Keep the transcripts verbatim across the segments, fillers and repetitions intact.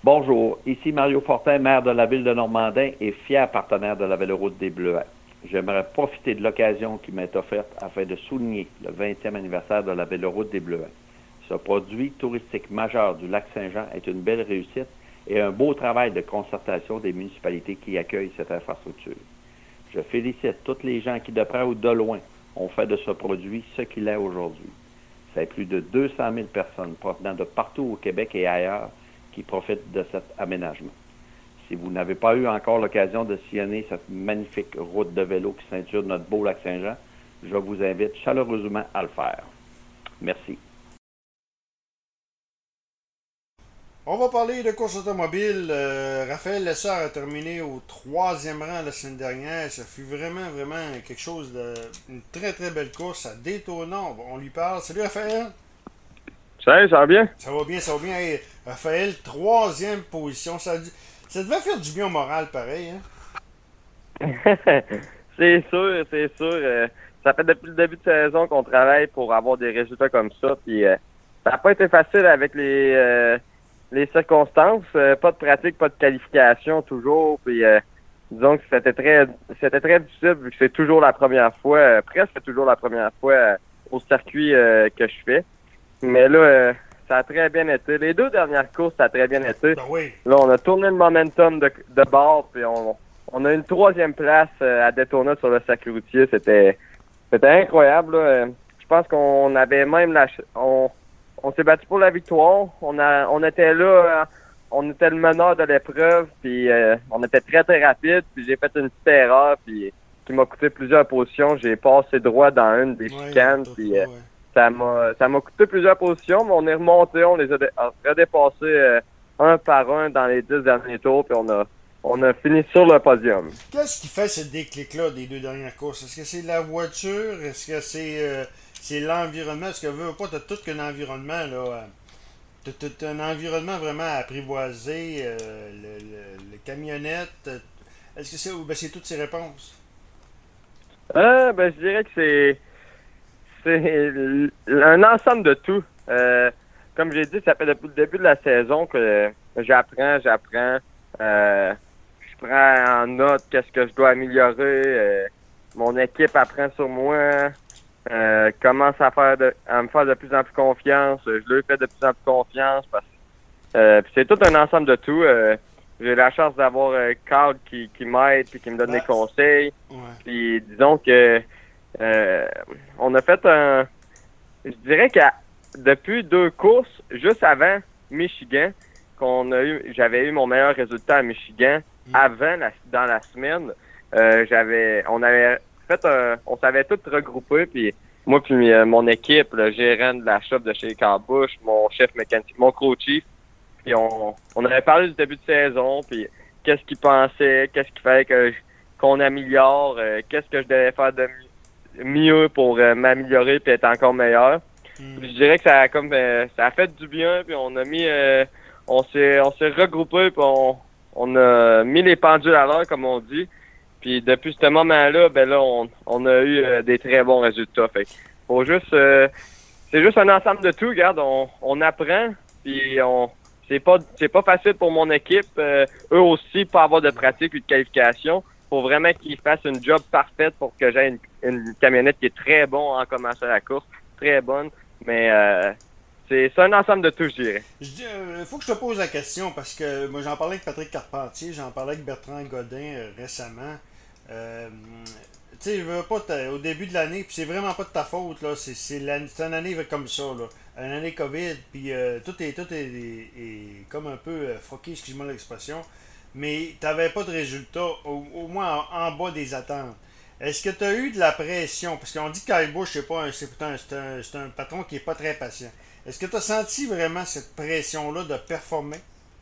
Bonjour, ici Mario Fortin, maire de la ville de Normandin et fier partenaire de la Véloroute des Bleuets. J'aimerais profiter de l'occasion qui m'est offerte afin de souligner le vingtième anniversaire de la Véloroute des Bleuets. Ce produit touristique majeur du lac Saint-Jean est une belle réussite et un beau travail de concertation des municipalités qui accueillent cette infrastructure. Je félicite tous les gens qui, de près ou de loin, ont fait de ce produit ce qu'il est aujourd'hui. C'est plus de deux cent mille personnes provenant de partout au Québec et ailleurs qui profitent de cet aménagement. Si vous n'avez pas eu encore l'occasion de sillonner cette magnifique route de vélo qui ceinture notre beau lac Saint-Jean, je vous invite chaleureusement à le faire. Merci. On va parler de course automobile. Euh, Raphaël Lessard a terminé au troisième rang la semaine dernière. Ça fut vraiment, vraiment quelque chose de... une très, très belle course à Daytona. On lui parle. Salut Raphaël! Salut, ça va bien? Ça va bien, ça va bien. Hey, Raphaël, troisième position. Ça, ça devait faire du bien au moral, pareil, hein? C'est sûr, c'est sûr. Euh, ça fait depuis le début de saison qu'on travaille pour avoir des résultats comme ça. Puis euh, ça n'a pas été facile avec les, euh, les circonstances. Euh, pas de pratique, pas de qualification toujours. Puis euh, disons que c'était très c'était très difficile vu que c'est toujours la première fois, euh, presque toujours la première fois euh, au circuit euh, que je fais. Mais là, euh, ça a très bien été. Les deux dernières courses, ça a très bien été. Ben oui. Là, on a tourné le momentum de, de bord, puis on, on a une troisième place euh, à Daytona sur le circuit routier. C'était, c'était incroyable. Là. Je pense qu'on avait même la, on, on s'est battu pour la victoire. On a, on était là, on était le meneur de l'épreuve, puis euh, on était très très rapide. Puis j'ai fait une petite erreur, puis qui m'a coûté plusieurs positions. J'ai passé droit dans une des Ouais, chicanes, tout, puis ouais. euh, Ça m'a ça m'a coûté plusieurs positions, mais on est remonté, on les a dé- redépassés euh, un par un dans les dix derniers tours, puis on a on a fini sur le podium. Qu'est-ce qui fait ce déclic-là des deux dernières courses? Est-ce que c'est la voiture? Est-ce que c'est euh, c'est l'environnement? Est-ce que veux veux pas, t'as tout qu'un environnement, là. euh, T'as, t'as- t'as un environnement vraiment apprivoisé, euh, le, le, le camionnette. euh, Est-ce que c'est ou ben c'est toutes ces réponses? Euh, ben je dirais que c'est c'est l- un ensemble de tout. Euh, comme j'ai dit, ça fait depuis le début de la saison que j'apprends, j'apprends. Euh, je prends en note qu'est-ce que je dois améliorer. Euh, mon équipe apprend sur moi. Euh, commence à faire de, à me faire de plus en plus confiance. Je lui fais de plus en plus confiance parce que euh, puis c'est tout un ensemble de tout. Euh, j'ai la chance d'avoir euh, Carl qui, qui m'aide et qui me donne Ben, des conseils. Ouais. Puis disons que euh, on a fait un. Je dirais que depuis deux courses, juste avant Michigan, qu'on a eu, j'avais eu mon meilleur résultat à Michigan. Mm. Avant la, dans la semaine, euh, j'avais, on avait fait un, on s'avait tous regroupés, puis moi puis euh, mon équipe, le gérant de la shop de chez Carbush, mon chef mécanique, mon crew chief, puis on, on avait parlé du début de saison, puis qu'est-ce qu'il pensait, qu'est-ce qu'il fallait que qu'on améliore, euh, qu'est-ce que je devais faire de mieux pour euh, m'améliorer puis être encore meilleur. Mm. Puis je dirais que ça a comme euh, ça a fait du bien, puis on a mis euh, on s'est on s'est regroupé, puis on, on a mis les pendules à l'heure comme on dit. Puis depuis ce moment-là, ben là on, on a eu euh, des très bons résultats. Fait que faut juste euh, c'est juste un ensemble de tout, regarde, on, on apprend, puis on c'est pas c'est pas facile pour mon équipe, euh, eux aussi pas avoir de pratique ou de qualification. Faut vraiment qu'ils fassent une job parfaite pour que j'aie une, une camionnette qui est très bon en commençant la course, très bonne, mais euh, c'est, c'est un ensemble de tout, je dirais. Je dis, euh, faut que je te pose la question parce que moi j'en parlais avec Patrick Carpentier, j'en parlais avec Bertrand Godin euh, récemment. Euh, tu sais, je veux pas te- au début de l'année, puis c'est vraiment pas de ta faute là, c'est c'est, l'année- c'est une année comme ça là, une année Covid, puis euh, tout est tout est, est- est comme un peu euh, fucké, excuse-moi l'expression, mais t'avais pas de résultat, au, au moins en, en bas des attentes. Est-ce que tu as eu de la pression? Parce qu'on dit que Kyle Busch, c'est pas un, c'est un, c'est un, c'est un patron qui est pas très patient. Est-ce que tu as senti vraiment cette pression-là de performer?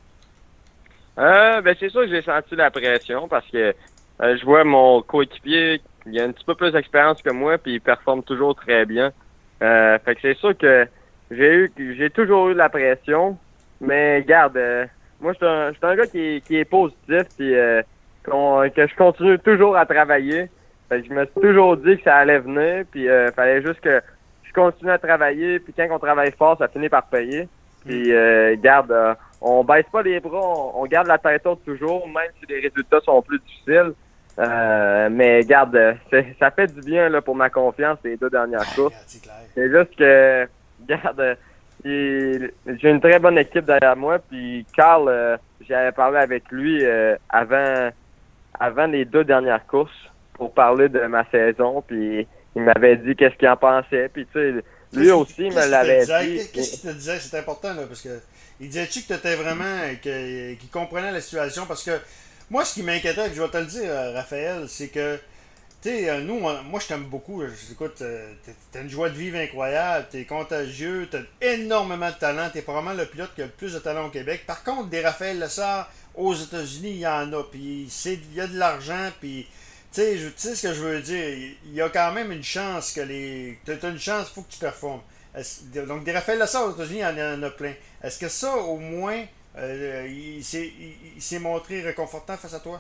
Euh, ben c'est sûr que j'ai senti la pression parce que euh, je vois mon coéquipier, il a un petit peu plus d'expérience que moi, puis il performe toujours très bien. Euh, fait que c'est sûr que j'ai eu j'ai toujours eu de la pression, mais regarde, euh, moi je suis un, je suis un gars qui, est- qui est positif, puis euh, qu'on- que je continue toujours à travailler. Fait que je me suis toujours dit que ça allait venir, puis euh, fallait juste que je continue à travailler, puis quand on travaille fort, ça finit par payer. Puis, euh, garde, euh, on baisse pas les bras, on, on garde la tête haute toujours, même si les résultats sont plus difficiles. Euh, mais garde, ça fait du bien là, pour ma confiance les deux dernières courses. C'est juste que, garde, j'ai une très bonne équipe derrière moi. Puis Carl, euh, j'avais parlé avec lui euh, avant, avant les deux dernières courses pour parler de ma saison. Puis il m'avait dit qu'est-ce qu'il en pensait. Puis tu sais, lui aussi me l'avait dit. Qu'est-ce qu'il te disait? C'est important là, parce que il disait-tu que tu étais vraiment, qu'il comprenait la situation? Parce que moi, ce qui m'inquiétait, je vais te le dire, Raphaël, c'est que, tu sais, nous, moi, je t'aime beaucoup. Écoute, t'as une joie de vivre incroyable, t'es contagieux, t'as énormément de talent, t'es probablement le pilote qui a le plus de talent au Québec. Par contre, des Raphaël Lessard aux États-Unis, il y en a, puis il y a de l'argent, puis, tu sais, tu sais ce que je veux dire, il y a quand même une chance que les. T'as une chance, il faut que tu performes. Donc, des Raphaël Lessard aux États-Unis, il y en a plein. Est-ce que ça, au moins, euh, il s'est montré réconfortant face à toi?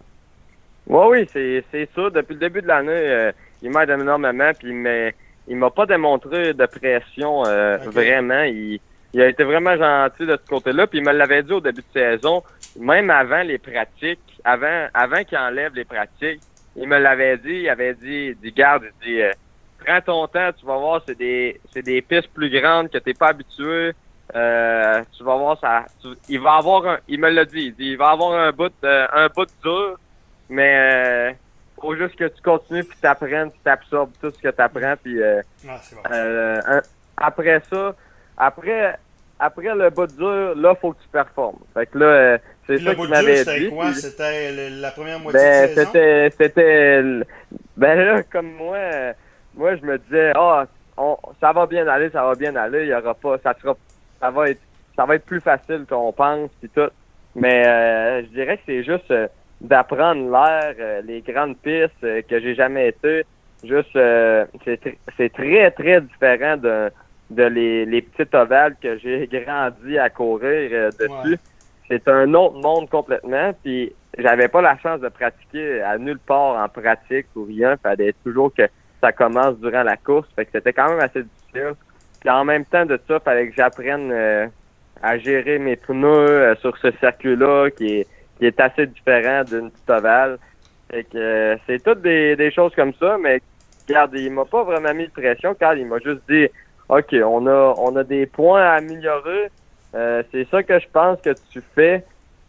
Oui, oui, c'est, c'est ça. Depuis le début de l'année, euh, il m'aide énormément, puis il il m'a pas démontré de pression euh, okay. Vraiment. Il, il a été vraiment gentil de ce côté-là, puis il me l'avait dit au début de saison, même avant les pratiques, avant avant qu'il enlève les pratiques, il me l'avait dit, il avait dit, il dit, garde, il dit, euh, prends ton temps, tu vas voir, c'est des c'est des pistes plus grandes que t'es pas habitué. Euh, tu vas voir ça. Tu, il va avoir un. Il me l'a dit, il dit, il va avoir un bout euh, un bout dur, mais euh, faut juste que tu continues puis t'apprennes, puis t'absorbes tout ce que t'apprends, puis euh, ah, c'est bon. euh, un, après ça, après après le bout dur, là faut que tu performes. Fait que là, euh, c'est puis ça qu'il m'avait dit. C'était quoi? Puis, c'était la première moitié ben, de saison? C'était c'était ben là comme moi, moi je me disais ah oh, ça va bien aller, ça va bien aller, il y aura pas, ça sera ça va être ça va être plus facile qu'on pense puis tout. Mais euh, je dirais que c'est juste euh, d'apprendre l'air, euh, les grandes pistes euh, que j'ai jamais été. Juste euh, c'est tr- c'est très très différent de de les, les petites ovales que j'ai grandi à courir euh, dessus. Ouais. C'est un autre monde complètement. Puis j'avais pas la chance de pratiquer à nulle part en pratique ou rien. Fallait toujours que ça commence durant la course. Fait que c'était quand même assez difficile. Puis en même temps de ça, fallait que j'apprenne euh, à gérer mes pneus euh, sur ce circuit-là qui est, qui est assez différent d'une petite ovale. Fait que euh, c'est toutes des, des choses comme ça, mais regarde, il m'a pas vraiment mis de pression, car il m'a juste dit OK, on a on a des points à améliorer. Euh, c'est ça que je pense que tu fais.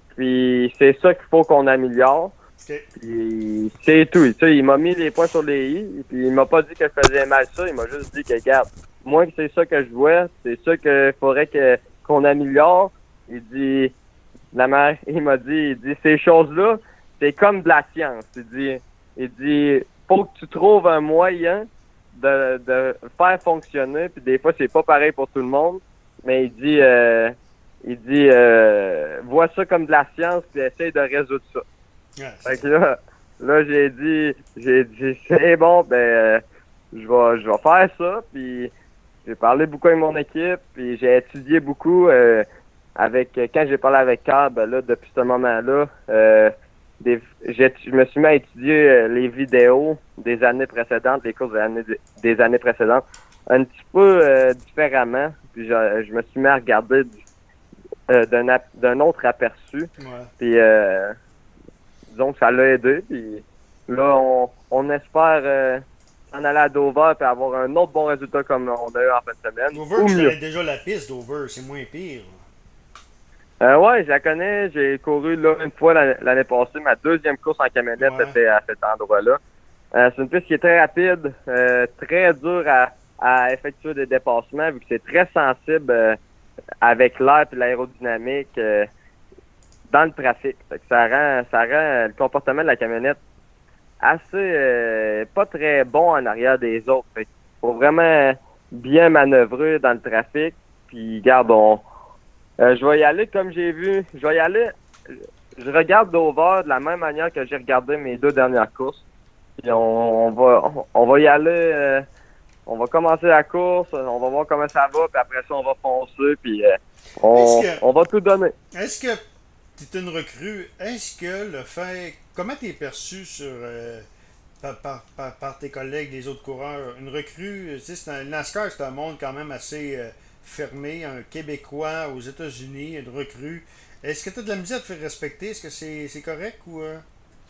Puis c'est ça qu'il faut qu'on améliore. Okay. Puis c'est tout. Tu sais, il m'a mis les points sur les i, puis il m'a pas dit que je faisais mal ça, il m'a juste dit que regarde, moi c'est ça que je vois, c'est ça qu'il faudrait que qu'on améliore. Il dit la mère, il m'a dit, il dit ces choses-là, c'est comme de la science. Il dit il dit faut que tu trouves un moyen de, de faire fonctionner, puis des fois c'est pas pareil pour tout le monde, mais il dit euh, il dit euh, vois ça comme de la science puis essaye de résoudre ça. Yeah, fait que là, là j'ai dit j'ai dit c'est bon, ben euh, je vais je vais faire ça, puis j'ai parlé beaucoup avec mon équipe, puis j'ai étudié beaucoup euh, avec quand j'ai parlé avec Carl, ben là depuis ce moment-là euh, Des, j'ai, je me suis mis à étudier euh, les vidéos des années précédentes, les courses des années, des années précédentes, un petit peu euh, différemment. Puis je, je me suis mis à regarder du, euh, d'un, ap, d'un autre aperçu. Ouais. Puis euh, disons que ça l'a aidé. Puis là, on, on espère euh, en aller à Dover et avoir un autre bon résultat comme on a eu en fin de semaine. Dover, tu connais déjà la piste Dover, c'est moins pire. Euh, ouais, je la connais. J'ai couru là une fois l'année passée. Ma deuxième course en camionnette ouais. était à cet endroit-là. Euh, c'est une piste qui est très rapide, euh, très dure à, à effectuer des dépassements vu que c'est très sensible euh, avec l'air et l'aérodynamique euh, dans le trafic. Fait que ça rend ça rend le comportement de la camionnette assez euh, pas très bon en arrière des autres. Fait qu'il faut vraiment bien manœuvrer dans le trafic. Puis garde, on Euh, je vais y aller comme j'ai vu. Je vais y aller. Je regarde Dover de la même manière que j'ai regardé mes deux dernières courses. Puis on, on va on, on va y aller. Euh, on va commencer la course. On va voir comment ça va. Puis après ça, on va foncer. Puis euh, on, que, on va tout donner. Est-ce que tu es une recrue? Est-ce que le fait. Comment tu es perçu sur euh, par, par, par, par tes collègues, les autres coureurs? Une recrue, tu sais, c'est un NASCAR, c'est un monde quand même assez. Euh, fermé, un Québécois aux États-Unis, une recrue. Est-ce que tu as de la misère à te faire respecter? Est-ce que c'est c'est correct ou... euh?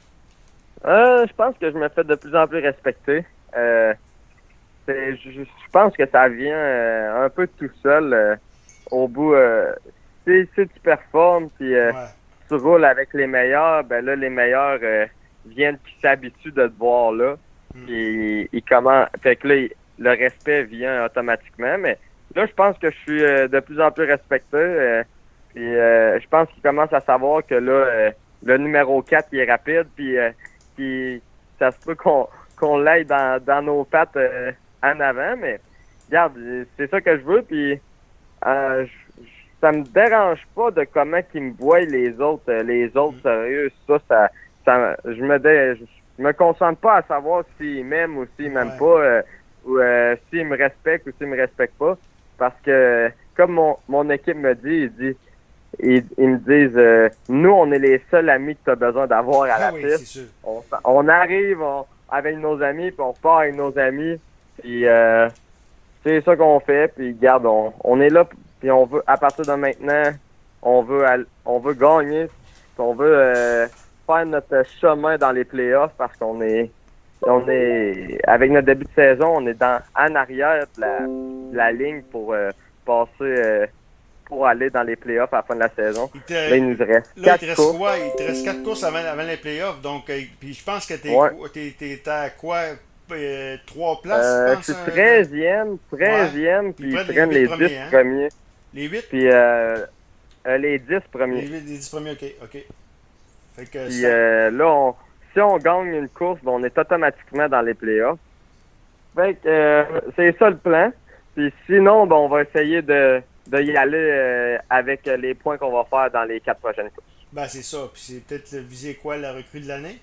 Euh, je pense que je me fais de plus en plus respecter. Euh, c'est- je, je je pense que ça vient euh, un peu tout seul. euh, au bout, euh, si, si tu performes puis euh, Ouais. tu roules avec les meilleurs, ben là, les meilleurs euh, viennent puis s'habituent de te voir là. Mm. Puis ils commencent. Fait que là, il- le respect vient automatiquement. Mais là, je pense que je suis euh, de plus en plus respecté. euh, puis euh, je pense qu'ils commencent à savoir que là, euh, le numéro quatre il est rapide. Puis, euh, puis ça se peut qu'on qu'on l'aille dans, dans nos pattes euh, en avant. Mais regarde, c'est ça que je veux. Puis euh, je- je- ça me dérange pas de comment qu'ils me voient les autres, euh, les autres sérieux. Ça, ça, ça je me dé, je me concentre pas à savoir s'ils m'aiment ou s'ils m'aiment Ouais. pas, euh, ou euh, s'ils me respectent ou s'ils me respectent pas. Parce que, comme mon, mon équipe me dit, il dit, ils, ils me disent, euh, nous, on est les seuls amis que tu as besoin d'avoir à Ah la oui, piste. c'est sûr. On, on arrive on- avec nos amis, puis on part avec nos amis, puis euh, c'est ça qu'on fait, puis garde, on, on est là, puis on veut, à partir de maintenant, on veut, all- on veut gagner, puis on veut euh, faire notre chemin dans les playoffs parce qu'on est, on est, avec notre début de saison, on est dans en arrière de la, de la ligne pour euh, passer, euh, pour aller dans les playoffs à la fin de la saison. Il te, Là, il nous reste là, il quatre te reste courses. quoi? Il te reste quatre courses avant, avant les playoffs. Donc, euh, puis je pense que t'es Ouais. quoi- t'es, t'es à quoi? Euh, trois places, Euh, je je pense? suis hein, treizième, treizième, Puis puis près ils de les prennent huit les premiers, dix hein? premiers, Les huit? puis euh, euh, les dix Les, premiers. huit- les dix premiers, ok, ok. Fait que Puis ça- euh, là, on, si on gagne une course, ben, on est automatiquement dans les playoffs. Fait que euh, c'est ça le plan. Puis sinon, ben, on va essayer de, de y aller euh, avec les points qu'on va faire dans les quatre prochaines courses. ben, c'est ça. Puis c'est peut-être le- viser quoi, la recrue de l'année?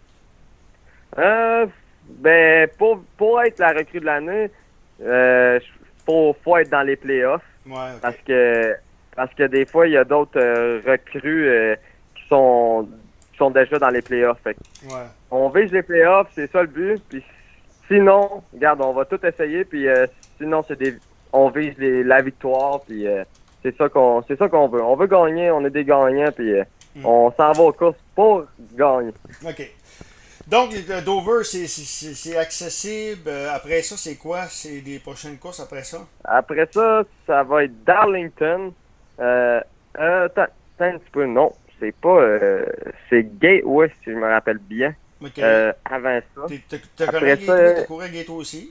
Euh, ben, pour, pour être la recrue de l'année, euh, faut, faut être dans les playoffs. Ouais, ok. Parce que parce que des fois, il y a d'autres euh, recrues euh, qui sont qui sont déjà dans les playoffs. Fait que Ouais. on vise les playoffs, c'est ça le but. Puis sinon, regarde, on va tout essayer. Puis euh, sinon, c'est des on vise les, la victoire. Puis euh, c'est ça qu'on c'est ça qu'on veut. On veut gagner, on est des gagnants. Puis euh, Mm. on s'en va aux courses pour gagner. OK. Donc, le Dover, c'est- c'est c'est- c'est accessible. Euh, Après ça, c'est quoi? C'est des prochaines courses après ça? Après ça, ça va être Darlington. Euh, euh, attends, attends un petit peu, non. C'est pas euh, c'est Gateway, si je me rappelle bien. OK. Euh, avant ça. T'es- t'as- T'as après connu ça, Gateway? euh, T'as couru à Gateway aussi?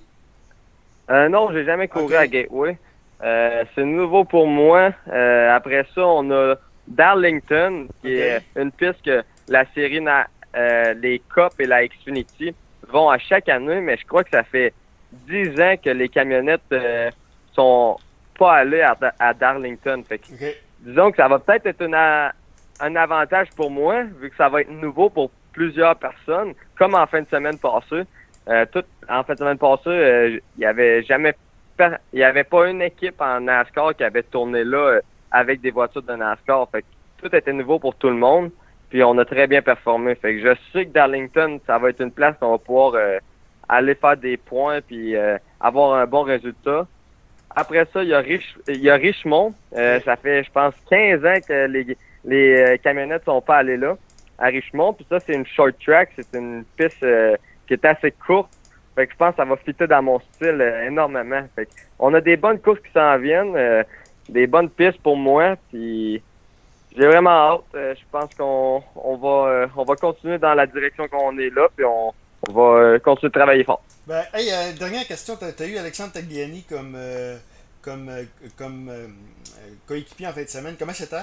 Euh, non, j'ai jamais couru Ok. à Gateway. Euh, c'est nouveau pour moi. Euh, après ça, on a Darlington, qui Ok. est une piste que la série, na- euh, les Cup et la Xfinity vont à chaque année, mais je crois que ça fait dix ans que les camionnettes euh, sont pas allées à, à Darlington. Fait que, OK. disons que ça va peut-être être une a- un avantage pour moi, vu que ça va être nouveau pour plusieurs personnes, comme en fin de semaine passée. Euh, tout, en fin de semaine passée, euh, il y avait jamais per- il y avait pas une équipe en NASCAR qui avait tourné là euh, avec des voitures de NASCAR. Fait que tout était nouveau pour tout le monde. Puis on a très bien performé. Fait que je sais que Darlington, ça va être une place qu'on va pouvoir euh, aller faire des points puis euh, avoir un bon résultat. Après ça, il y a, Rich, il y a Richmond. Euh, ça fait, je pense, quinze ans que les, les euh, camionnettes sont pas allées là, à Richmond. Puis ça, c'est une short track. C'est une piste euh, qui est assez courte. Fait que je pense que ça va fitter dans mon style euh, énormément. Fait que on a des bonnes courses qui s'en viennent, euh, des bonnes pistes pour moi. Puis j'ai vraiment hâte. Euh, je pense qu'on on va euh, on va continuer dans la direction qu'on est là. Puis on, on va euh, continuer de travailler fort. Ben, hey, euh, dernière question. T'as as eu Alexandre Tagliani comme, euh, comme, euh, comme euh, euh, coéquipier en fin de semaine. Comment c'était?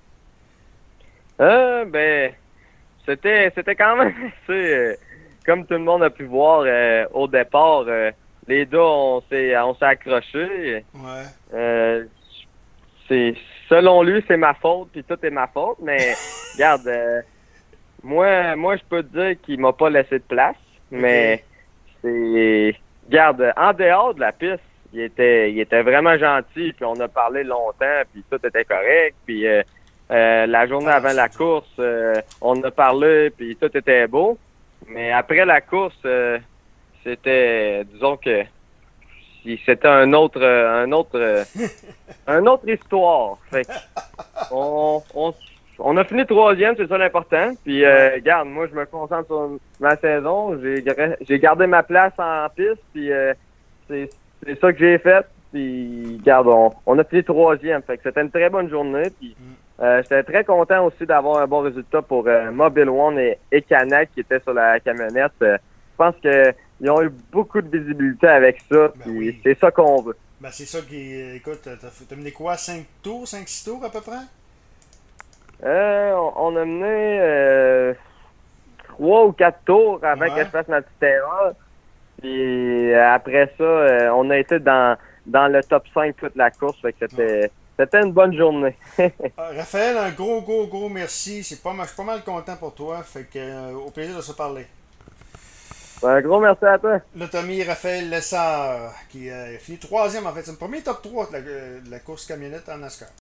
Euh, ben, c'était c'était quand même assez, euh, comme tout le monde a pu voir euh, au départ, euh, les deux on s'est on s'est accrochés. Ouais. Euh, c'est selon lui c'est ma faute puis tout est ma faute, mais regarde, euh, moi moi je peux te dire qu'il m'a pas laissé de place, mais c'est regarde en dehors de la piste. Il était, il était vraiment gentil, puis on a parlé longtemps, puis tout était correct. Puis euh, euh, la journée avant la course, euh, on a parlé, puis tout était beau. Mais après la course, euh, c'était, disons que puis c'était un autre, euh, un autre, euh, un autre histoire. Fait que on, on, on a fini troisième, c'est ça l'important. Puis, euh, regarde, moi, je me concentre sur ma saison. J'ai, j'ai gardé ma place en piste, puis euh, c'est, c'est ça que j'ai fait. Puis, regarde, on, on a fini troisième. Fait que c'était une très bonne journée. Puis, euh, j'étais très content aussi d'avoir un bon résultat pour euh, Mobile One et, et Canac qui étaient sur la camionnette. Euh, je pense qu'ils ont eu beaucoup de visibilité avec ça. Puis, Ben oui. c'est ça qu'on veut. Ben, c'est ça qui. Écoute, t'as, t'as mené quoi? cinq tours, cinq six tours à peu près? Euh, on, on a mené euh, trois ou quatre tours avant Ouais. que je fasse ma petite erreur. Puis euh, après ça, euh, on a été dans, dans le top cinq toute la course. Fait que c'était, c'était une bonne journée. Euh, Raphaël, un gros, gros, gros merci. C'est pas mal, je suis pas mal content pour toi. Fait que, euh, au plaisir de se parler. Un gros merci à toi. Là, t'as mis Raphaël Lessard, qui a fini troisième en fait. C'est le premier top trois de la, de la course camionnette en NASCAR.